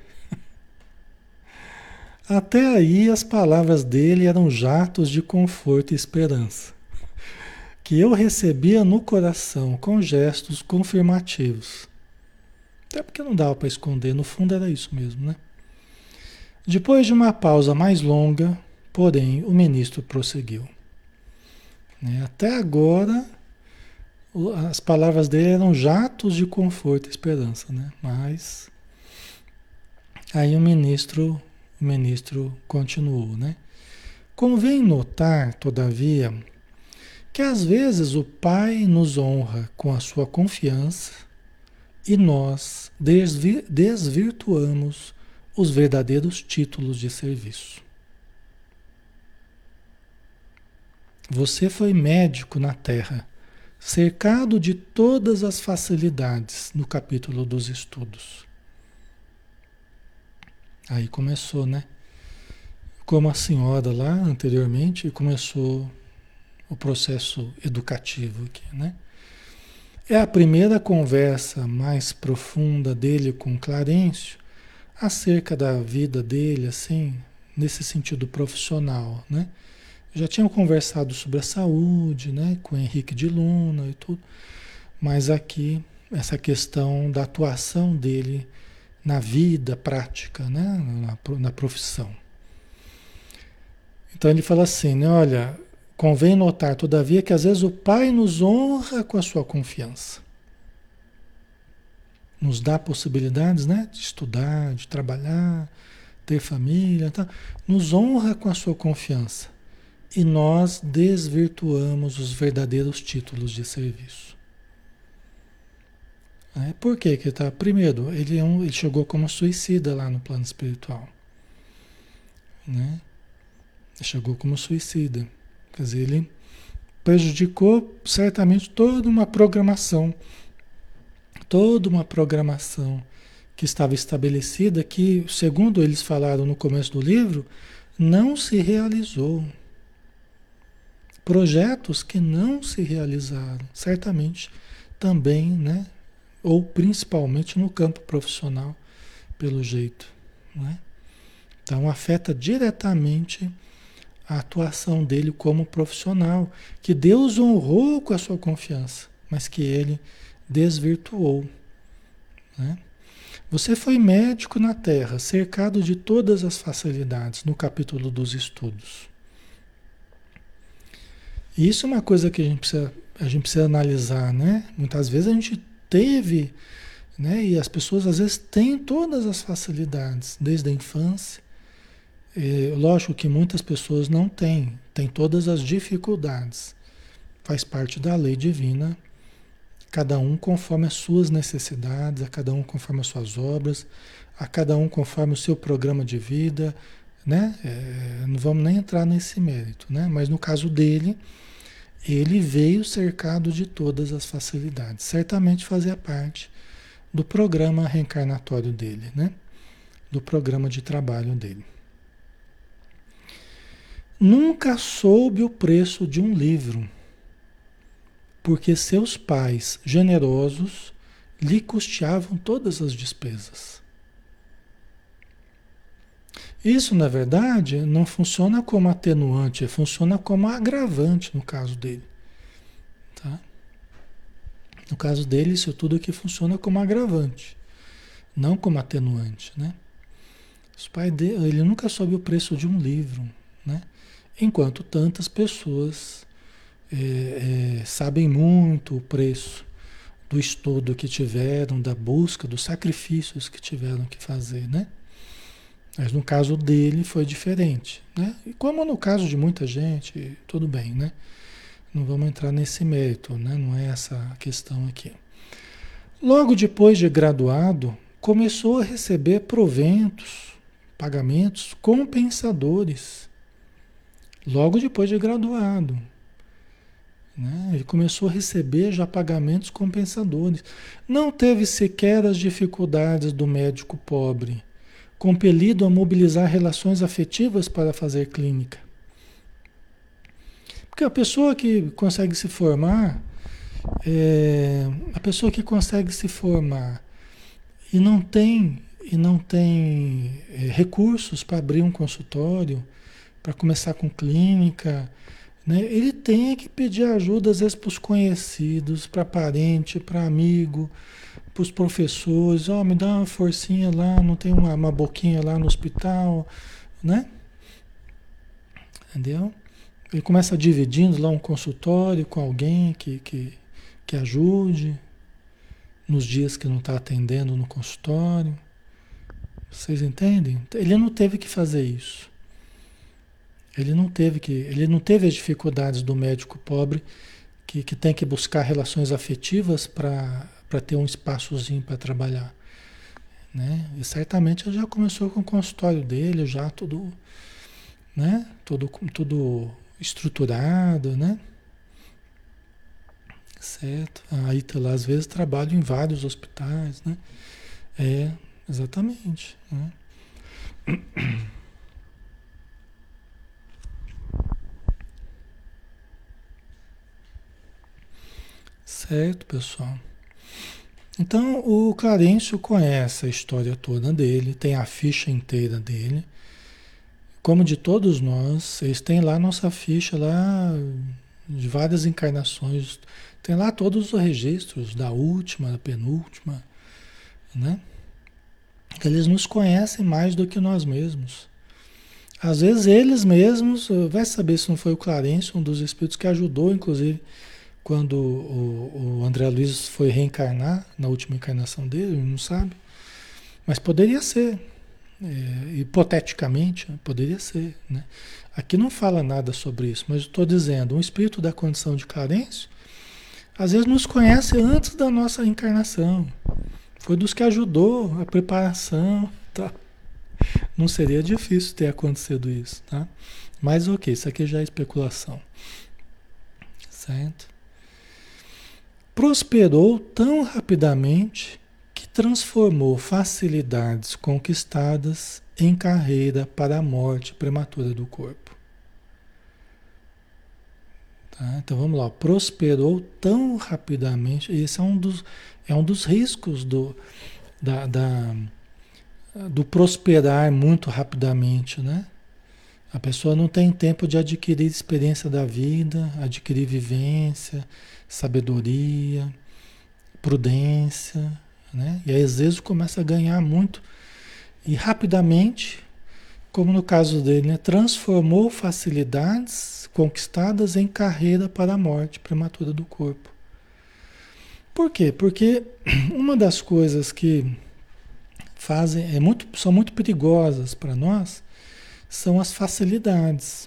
Até aí as palavras dele eram jatos de conforto e esperança, que eu recebia no coração com gestos confirmativos. Até porque não dava para esconder, no fundo era isso mesmo, né? Depois de uma pausa mais longa, Porém, o ministro prosseguiu, né? Até agora, as palavras dele eram jatos de conforto e esperança, né? Mas aí o ministro continuou, né? Convém notar, todavia, que às vezes o Pai nos honra com a sua confiança e nós desvirtuamos os verdadeiros títulos de serviço. Você foi médico na Terra, cercado de todas as facilidades, no capítulo dos estudos. Aí começou, né? Como a senhora lá anteriormente, começou o processo educativo aqui, né? É a primeira conversa mais profunda dele com Clarencio acerca da vida dele, assim, nesse sentido profissional, né? Já tinham conversado sobre a saúde, né, com o Henrique de Luna e tudo, mas aqui essa questão da atuação dele na vida prática, né, na profissão. Então ele fala assim, né, olha, convém notar, todavia, que às vezes o Pai nos honra com a sua confiança. Nos dá possibilidades, né, de estudar, de trabalhar, ter família, tá? Nos honra com a sua confiança. E nós desvirtuamos os verdadeiros títulos de serviço. Por quê que tá? Primeiro, ele chegou como suicida lá no plano espiritual. Né? Ele chegou como suicida. Quer dizer, ele prejudicou certamente toda uma programação que estava estabelecida, que, segundo eles falaram no começo do livro, não se realizou. Projetos que não se realizaram, certamente também, né? Ou principalmente no campo profissional, pelo jeito, né? Então afeta diretamente a atuação dele como profissional, que Deus honrou com a sua confiança, mas que ele desvirtuou, né? Você foi médico na Terra, cercado de todas as facilidades, no capítulo dos estudos. E isso é uma coisa que a gente precisa analisar, né? Muitas vezes a gente teve, né? E as pessoas às vezes têm todas as facilidades, desde a infância. Lógico que muitas pessoas não têm todas as dificuldades. Faz parte da lei divina, cada um conforme as suas necessidades, a cada um conforme as suas obras, a cada um conforme o seu programa de vida, né? Não vamos nem entrar nesse mérito, né? Mas no caso dele, ele veio cercado de todas as facilidades. Certamente fazia parte do programa reencarnatório dele, né? Do programa de trabalho dele. Nunca soube o preço de um livro, porque seus pais generosos lhe custeavam todas as despesas. Isso, na verdade, não funciona como atenuante, funciona como agravante no caso dele. Tá? No caso dele, isso tudo aqui funciona como agravante, não como atenuante, né? Os pais dele, ele nunca soube o preço de um livro, né? Enquanto tantas pessoas sabem muito o preço do estudo que tiveram, da busca, dos sacrifícios que tiveram que fazer, né? Mas no caso dele foi diferente, né? E como no caso de muita gente, tudo bem, né? Não vamos entrar nesse mérito, né? Não é essa a questão aqui. Logo depois de graduado, começou a receber proventos, pagamentos compensadores. Logo depois de graduado, né? Ele começou a receber já pagamentos compensadores. Não teve sequer as dificuldades do médico pobre, compelido a mobilizar relações afetivas para fazer clínica. Porque a pessoa que consegue se formar, e não tem recursos para abrir um consultório, para começar com clínica, né? Ele tem que pedir ajuda às vezes para os conhecidos, para parente, para amigo, para os professores, me dá uma forcinha lá, não tem uma boquinha lá no hospital, né? entendeu? Ele começa dividindo lá um consultório com alguém que ajude nos dias que não está atendendo no consultório. Vocês entendem? Ele não teve que fazer isso. Ele não teve as dificuldades do médico pobre que tem que buscar relações afetivas para ter um espaçozinho para trabalhar, né? E certamente ele já começou com o consultório dele, já tudo, né? Tudo estruturado, né? Certo. A Ítala às vezes trabalha em vários hospitais, né? É, exatamente, né? Certo, pessoal. Então, o Clarencio conhece a história toda dele, tem a ficha inteira dele. Como de todos nós, vocês têm lá nossa ficha lá de várias encarnações. Tem lá todos os registros da última, da penúltima, né? Eles nos conhecem mais do que nós mesmos. Às vezes eles mesmos, vai saber se não foi o Clarencio, um dos espíritos que ajudou, inclusive, quando o André Luiz foi reencarnar, na última encarnação dele, não sabe. Mas poderia ser, hipoteticamente, poderia ser, né? Aqui não fala nada sobre isso, mas eu estou dizendo, um espírito da condição de carência, às vezes nos conhece antes da nossa encarnação. Foi dos que ajudou a preparação, tá? Não seria difícil ter acontecido isso, tá? Mas ok, isso aqui já é especulação, certo? Prosperou tão rapidamente que transformou facilidades conquistadas em carreira para a morte prematura do corpo. Tá? Então vamos lá, prosperou tão rapidamente, esse é um dos riscos do prosperar muito rapidamente, né? A pessoa não tem tempo de adquirir experiência da vida, adquirir vivência, sabedoria, prudência, né? E aí às vezes começa a ganhar muito e rapidamente, como no caso dele, né? Transformou facilidades conquistadas em carreira para a morte prematura do corpo. Por quê? Porque uma das coisas que fazem, são muito perigosas para nós, são as facilidades.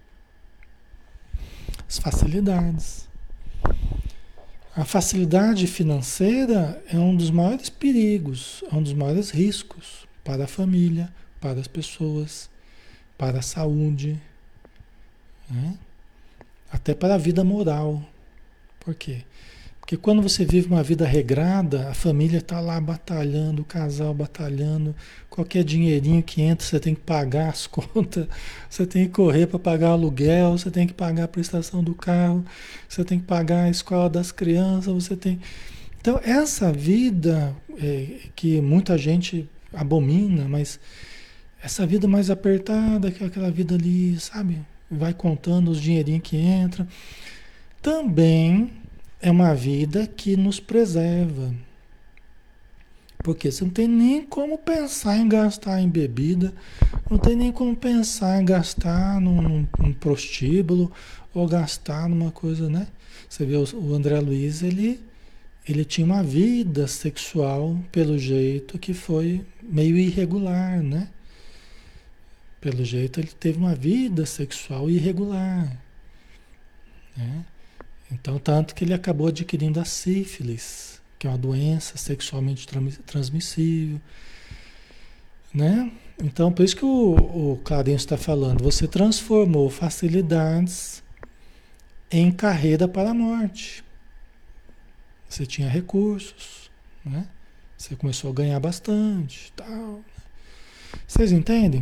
As facilidades. A facilidade financeira é um dos maiores perigos, é um dos maiores riscos para a família, para as pessoas, para a saúde, né? Até para a vida moral. Por quê? Porque quando você vive uma vida regrada, a família está lá batalhando, o casal batalhando, qualquer dinheirinho que entra, você tem que pagar as contas, você tem que correr para pagar o aluguel, você tem que pagar a prestação do carro, você tem que pagar a escola das crianças, você tem... Então, essa vida que muita gente abomina, mas essa vida mais apertada, que é aquela vida ali, sabe? Vai contando os dinheirinhos que entram. Também é uma vida que nos preserva. Porque você não tem nem como pensar em gastar em bebida, não tem nem como pensar em gastar num prostíbulo ou gastar numa coisa, né? Você vê o André Luiz, ele tinha uma vida sexual, pelo jeito, que foi meio irregular, né? Pelo jeito, ele teve uma vida sexual irregular, né? Então, tanto que ele acabou adquirindo a sífilis, que é uma doença sexualmente transmissível, né? Então, por isso que o Clarencio está falando, você transformou facilidades em carreira para a morte. Você tinha recursos, né? Você começou a ganhar bastante, tal. Vocês entendem?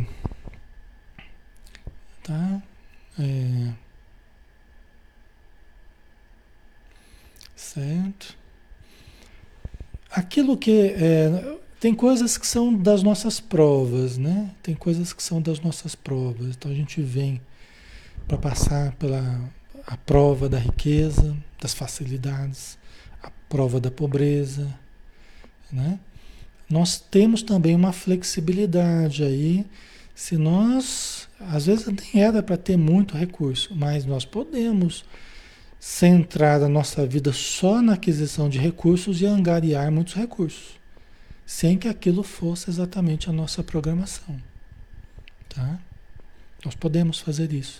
Tá? Certo. Aquilo que tem coisas que são das nossas provas, né? Tem coisas que são das nossas provas. Então a gente vem para passar pela a prova da riqueza, das facilidades, a prova da pobreza, né? Nós temos também uma flexibilidade aí, Se nós, às vezes nem era para ter muito recurso, mas nós podemos centrar a nossa vida só na aquisição de recursos e angariar muitos recursos, sem que aquilo fosse exatamente a nossa programação, tá? Nós podemos fazer isso.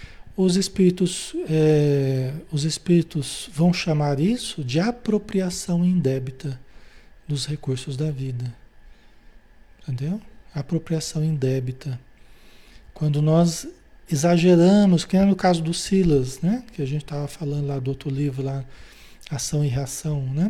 Os espíritos vão chamar isso de apropriação indébita dos recursos da vida, entendeu? Apropriação indébita. Quando nós exageramos, que é no caso do Silas, né? Que a gente estava falando lá do outro livro, lá, Ação e Reação, né?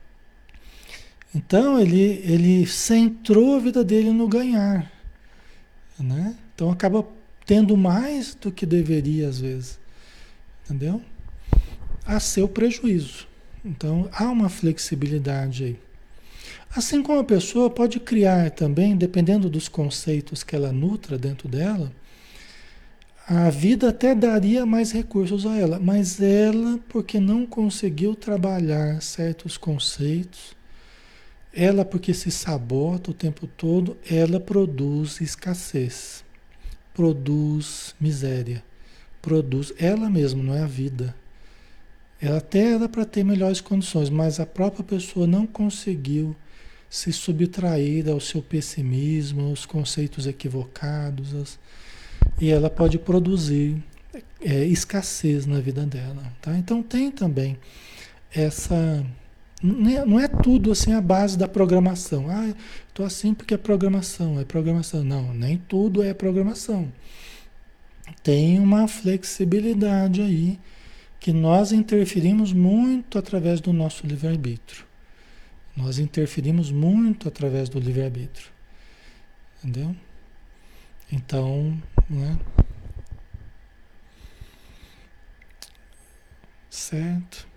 Então ele centrou a vida dele no ganhar, né? Então acaba tendo mais do que deveria às vezes, entendeu? A seu prejuízo. Então há uma flexibilidade aí. Assim como a pessoa pode criar também, dependendo dos conceitos que ela nutra dentro dela, a vida até daria mais recursos a ela, mas ela, porque não conseguiu trabalhar certos conceitos, ela, porque se sabota o tempo todo, ela produz escassez, produz miséria, produz ela mesma, não é a vida. Ela até era para ter melhores condições, mas a própria pessoa não conseguiu se subtrair ao seu pessimismo, aos conceitos equivocados, e ela pode produzir escassez na vida dela, tá? Então tem também essa... Não é tudo assim a base da programação. Ah, estou assim porque é programação, é programação. Não, nem tudo é programação. Tem uma flexibilidade aí que nós interferimos muito através do nosso livre-arbítrio. Nós interferimos muito através do livre-arbítrio. Entendeu? Então, né? Certo?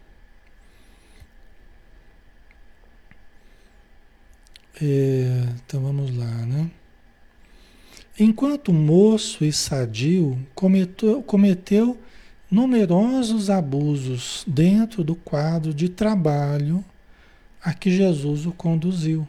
Então vamos lá, né? Enquanto moço e sadio, cometeu numerosos abusos dentro do quadro de trabalho a que Jesus o conduziu.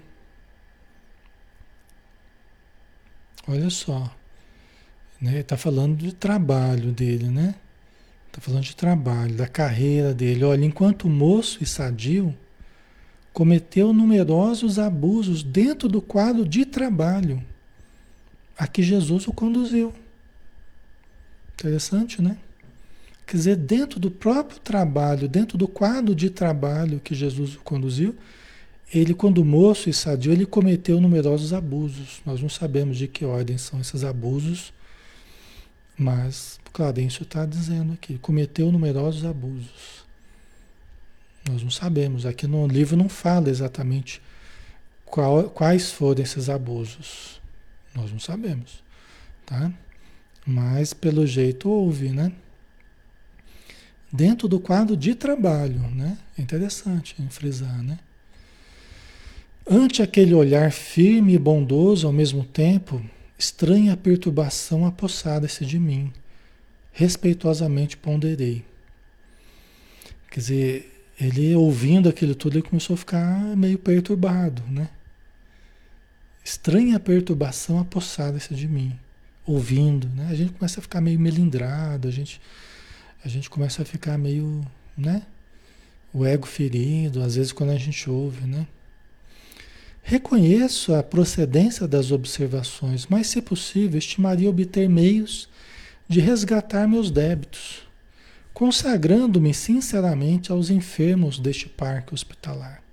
Olha só, né? Está falando de trabalho dele, né? Está falando de trabalho, da carreira dele. Olha, enquanto moço e sadio, cometeu numerosos abusos dentro do quadro de trabalho a que Jesus o conduziu. Interessante, né? Quer dizer, dentro do próprio trabalho, dentro do quadro de trabalho que Jesus o conduziu, ele, quando moço e sadio, ele cometeu numerosos abusos. Nós não sabemos de que ordem são esses abusos, mas Clarencio está dizendo aqui, cometeu numerosos abusos. Nós não sabemos, aqui no livro não fala exatamente quais foram esses abusos. Nós não sabemos, tá? Mas pelo jeito houve, né? Dentro do quadro de trabalho, né? É interessante em frisar, né? Ante aquele olhar firme e bondoso ao mesmo tempo, estranha perturbação apossara-se de mim. Respeitosamente ponderei. Quer dizer, ele ouvindo aquilo tudo, ele começou a ficar meio perturbado, né? Estranha perturbação apossara-se de mim. Ouvindo, né? A gente começa a ficar meio melindrado, a gente começa a ficar meio, né? O ego ferido, às vezes quando a gente ouve, né? Reconheço a procedência das observações, mas, se possível, estimaria obter meios de resgatar meus débitos, consagrando-me sinceramente aos enfermos deste parque hospitalar.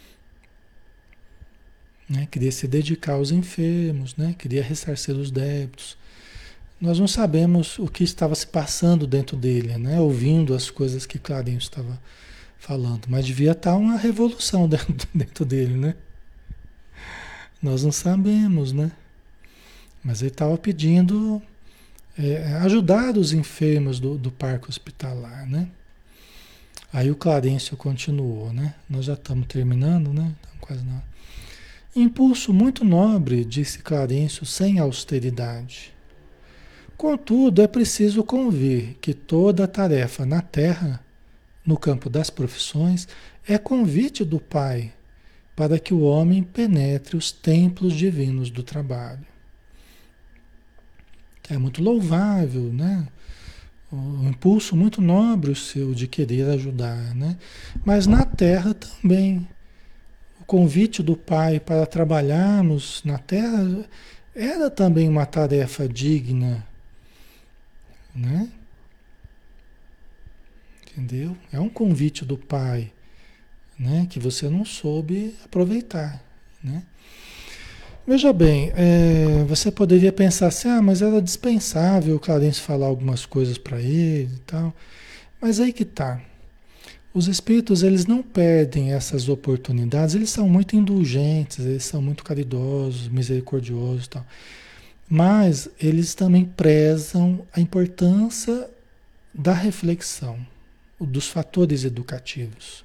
Né? Queria se dedicar aos enfermos, né? Queria ressarcir os débitos. Nós não sabemos o que estava se passando dentro dele, né? Ouvindo as coisas que Clarinho estava falando, mas devia estar uma revolução dentro dele, né? Nós não sabemos, né? Mas ele estava pedindo ajudar os enfermos do parque hospitalar, né? Aí o Clarencio continuou, né? Nós já estamos terminando, né? Estamos quase na... Impulso muito nobre, disse Clarencio, sem austeridade. Contudo, é preciso convir que toda tarefa na terra, no campo das profissões, é convite do Pai para que o homem penetre os templos divinos do trabalho. É muito louvável, né? Um impulso muito nobre o seu de querer ajudar, né? Mas na Terra também. O convite do Pai para trabalharmos na Terra era também uma tarefa digna, né? Entendeu? É um convite do Pai, né? Que você não soube aproveitar, né? Veja bem, você poderia pensar assim, ah, mas era dispensável o Clarence falar algumas coisas para ele e tal. Mas aí que tá. Os espíritos, eles não perdem essas oportunidades, eles são muito indulgentes, eles são muito caridosos, misericordiosos e tal. Mas eles também prezam a importância da reflexão, dos fatores educativos.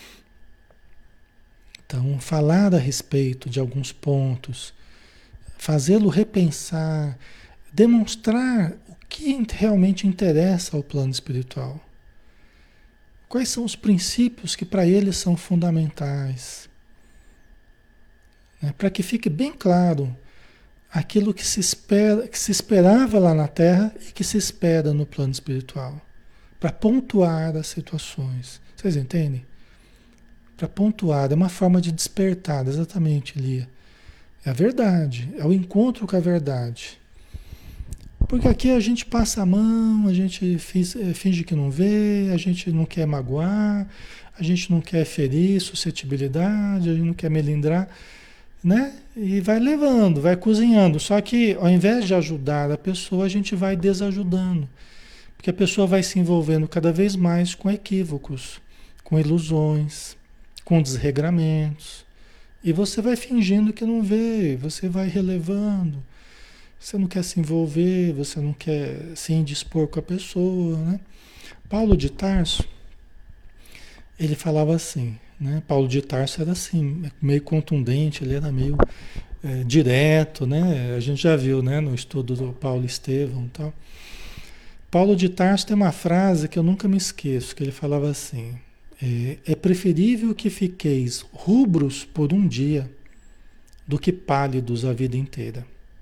Então, falar a respeito de alguns pontos, fazê-lo repensar, demonstrar o que realmente interessa ao plano espiritual. Quais são os princípios que para eles são fundamentais? Né? Para que fique bem claro aquilo que se espera, que se esperava lá na Terra e que se espera no plano espiritual. Para pontuar as situações. Vocês entendem? Para pontuar, é uma forma de despertar, exatamente, Lia. É a verdade, é o encontro com a verdade. Porque aqui a gente passa a mão, a gente finge que não vê, a gente não quer magoar, a gente não quer ferir suscetibilidade, a gente não quer melindrar, né? E vai levando, vai cozinhando. Só que ao invés de ajudar a pessoa, a gente vai desajudando. Porque a pessoa vai se envolvendo cada vez mais com equívocos, com ilusões, com desregramentos. E você vai fingindo que não vê, você vai relevando. Você não quer se envolver, você não quer se indispor com a pessoa, né? Paulo de Tarso, ele falava assim, né? Paulo de Tarso era assim, meio contundente, ele era meio direto, né? A gente já viu, né, no estudo do Paulo Estevão e tal. Paulo de Tarso tem uma frase que eu nunca me esqueço, que ele falava assim, é preferível que fiqueis rubros por um dia do que pálidos a vida inteira.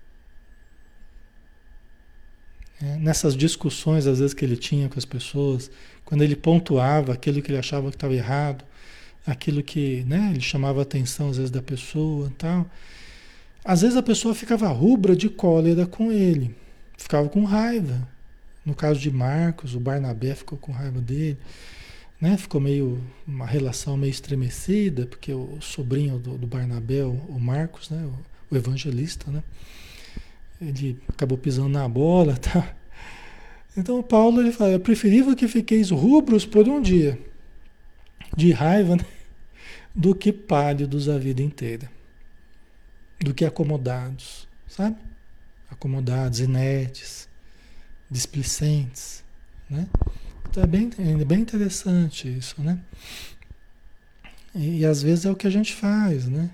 Nessas discussões, às vezes, que ele tinha com as pessoas, quando ele pontuava aquilo que ele achava que estava errado, aquilo que, né, ele chamava a atenção, às vezes, da pessoa e tal, às vezes a pessoa ficava rubra de cólera com ele, ficava com raiva. No caso de Marcos, o Barnabé ficou com raiva dele, né? Ficou meio, uma relação meio estremecida, porque o sobrinho do Barnabé, o Marcos, né, o evangelista, né? Ele acabou pisando na bola, tá? Então o Paulo, ele fala, é preferível que fiqueis rubros por um dia de raiva, né? Do que pálidos a vida inteira. Do que acomodados, sabe? Acomodados, inertes, displicentes, né? Então é bem interessante isso, né? E às vezes é o que a gente faz, né?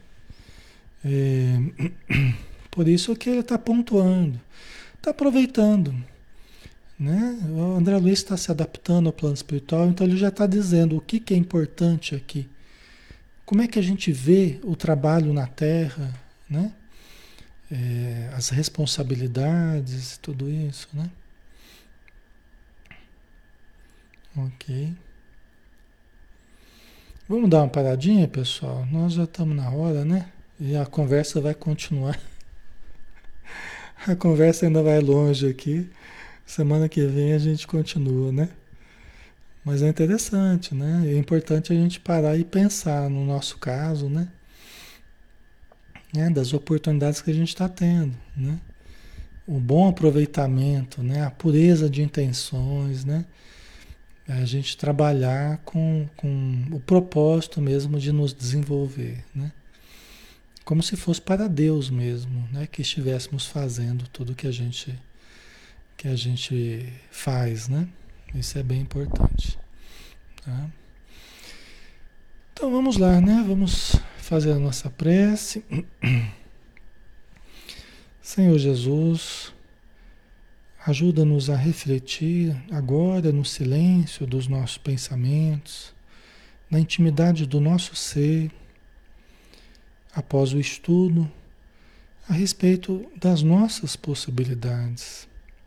Por isso que ele está pontuando, está aproveitando, né? O André Luiz está se adaptando ao plano espiritual, então ele já está dizendo o que é importante aqui. Como é que a gente vê o trabalho na Terra, né? As responsabilidades, tudo isso, né? Ok. Vamos dar uma paradinha, pessoal? Nós já estamos na hora, né? E a conversa vai continuar. A conversa ainda vai longe aqui. Semana que vem a gente continua, né? Mas é interessante, né? É importante a gente parar e pensar no nosso caso, né? Das oportunidades que a gente está tendo, né? O bom aproveitamento, né? A pureza de intenções, né? A gente trabalhar com o propósito mesmo de nos desenvolver, né? Como se fosse para Deus mesmo, né? Que estivéssemos fazendo tudo que a gente faz, né? Isso é bem importante, tá? Então vamos lá, né? Vamos fazer a nossa prece. Senhor Jesus, ajuda-nos a refletir agora no silêncio dos nossos pensamentos, na intimidade do nosso ser, após o estudo, a respeito das nossas possibilidades.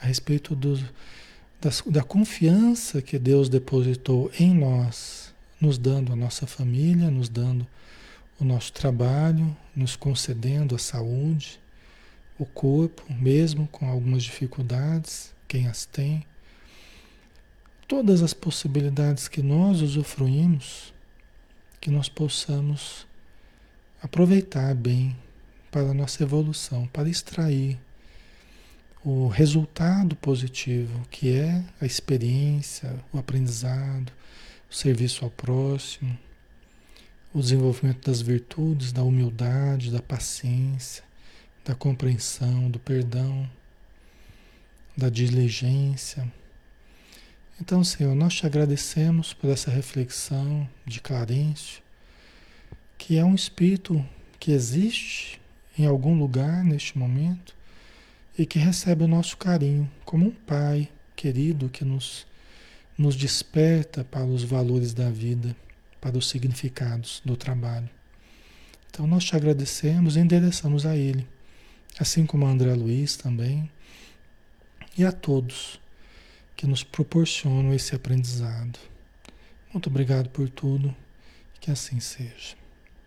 a respeito da confiança que Deus depositou em nós, nos dando a nossa família, nos dando o nosso trabalho, nos concedendo a saúde, o corpo, mesmo com algumas dificuldades, quem as tem. Todas as possibilidades que nós usufruímos, que nós possamos aproveitar bem para a nossa evolução, para extrair o resultado positivo, que é a experiência, o aprendizado, o serviço ao próximo, o desenvolvimento das virtudes, da humildade, da paciência, da compreensão, do perdão, da diligência. Então, Senhor, nós te agradecemos por essa reflexão de Clarencio, que é um espírito que existe em algum lugar neste momento e que recebe o nosso carinho como um pai querido que nos desperta para os valores da vida, para os significados do trabalho. Então, nós te agradecemos e endereçamos a ele, assim como a André Luiz também, e a todos que nos proporcionam esse aprendizado. Muito obrigado por tudo, que assim seja.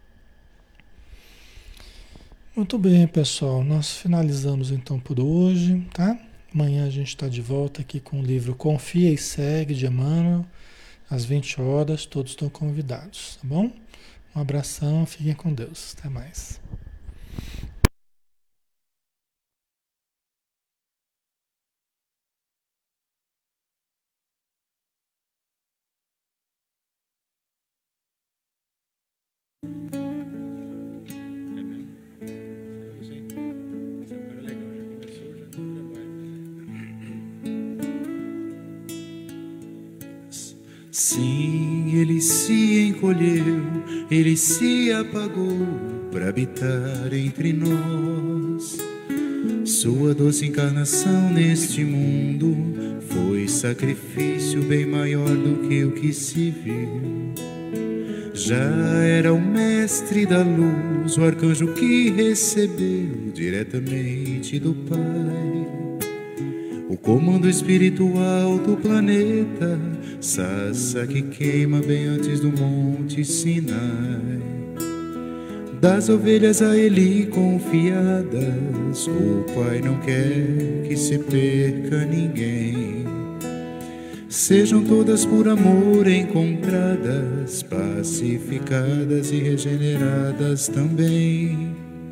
Muito bem, pessoal, nós finalizamos então por hoje, tá? Amanhã a gente está de volta aqui com o livro Confia e Segue, de Emmanuel, às 20 horas, todos estão convidados, tá bom? Um abração, fiquem com Deus, até mais. Sim, ele se encolheu, ele se apagou para habitar entre nós. Sua doce encarnação neste mundo foi sacrifício bem maior do que o que se viu. Já era o mestre da luz, o arcanjo que recebeu diretamente do Pai o comando espiritual do planeta, Sassa que queima bem antes do Monte Sinai. Das ovelhas a ele confiadas, o Pai não quer que se perca ninguém. Sejam todas por amor encontradas, pacificadas e regeneradas também.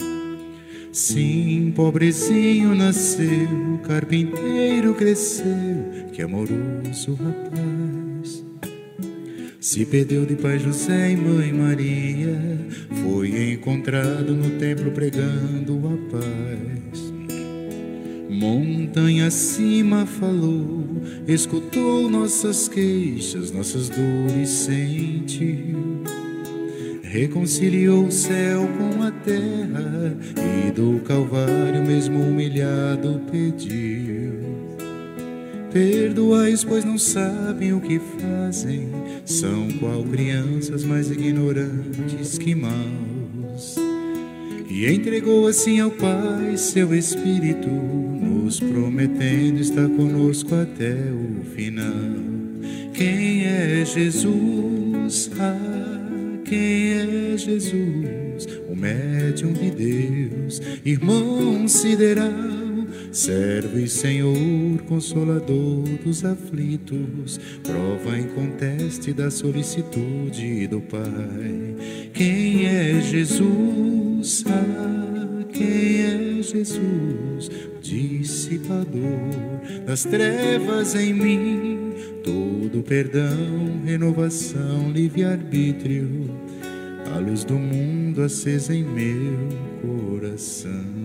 Sim, pobrezinho nasceu, carpinteiro cresceu, que amoroso rapaz. Se perdeu de pai José e mãe Maria, foi encontrado no templo pregando a paz. Montanha acima falou, escutou nossas queixas, nossas dores sentiu. Reconciliou o céu com a terra e do Calvário mesmo humilhado pediu. Perdoai-os, pois não sabem o que fazem, são qual crianças mais ignorantes que maus. E entregou assim ao Pai seu Espírito, nos prometendo estar conosco até o final. Quem é Jesus? Quem é Jesus? O médium de Deus, irmão sideral, servo e Senhor, consolador dos aflitos, prova inconteste da solicitude do Pai. Quem é Jesus? Quem é Jesus? Dissipador das trevas em mim, todo perdão, renovação, livre-arbítrio, a luz do mundo acesa em meu coração.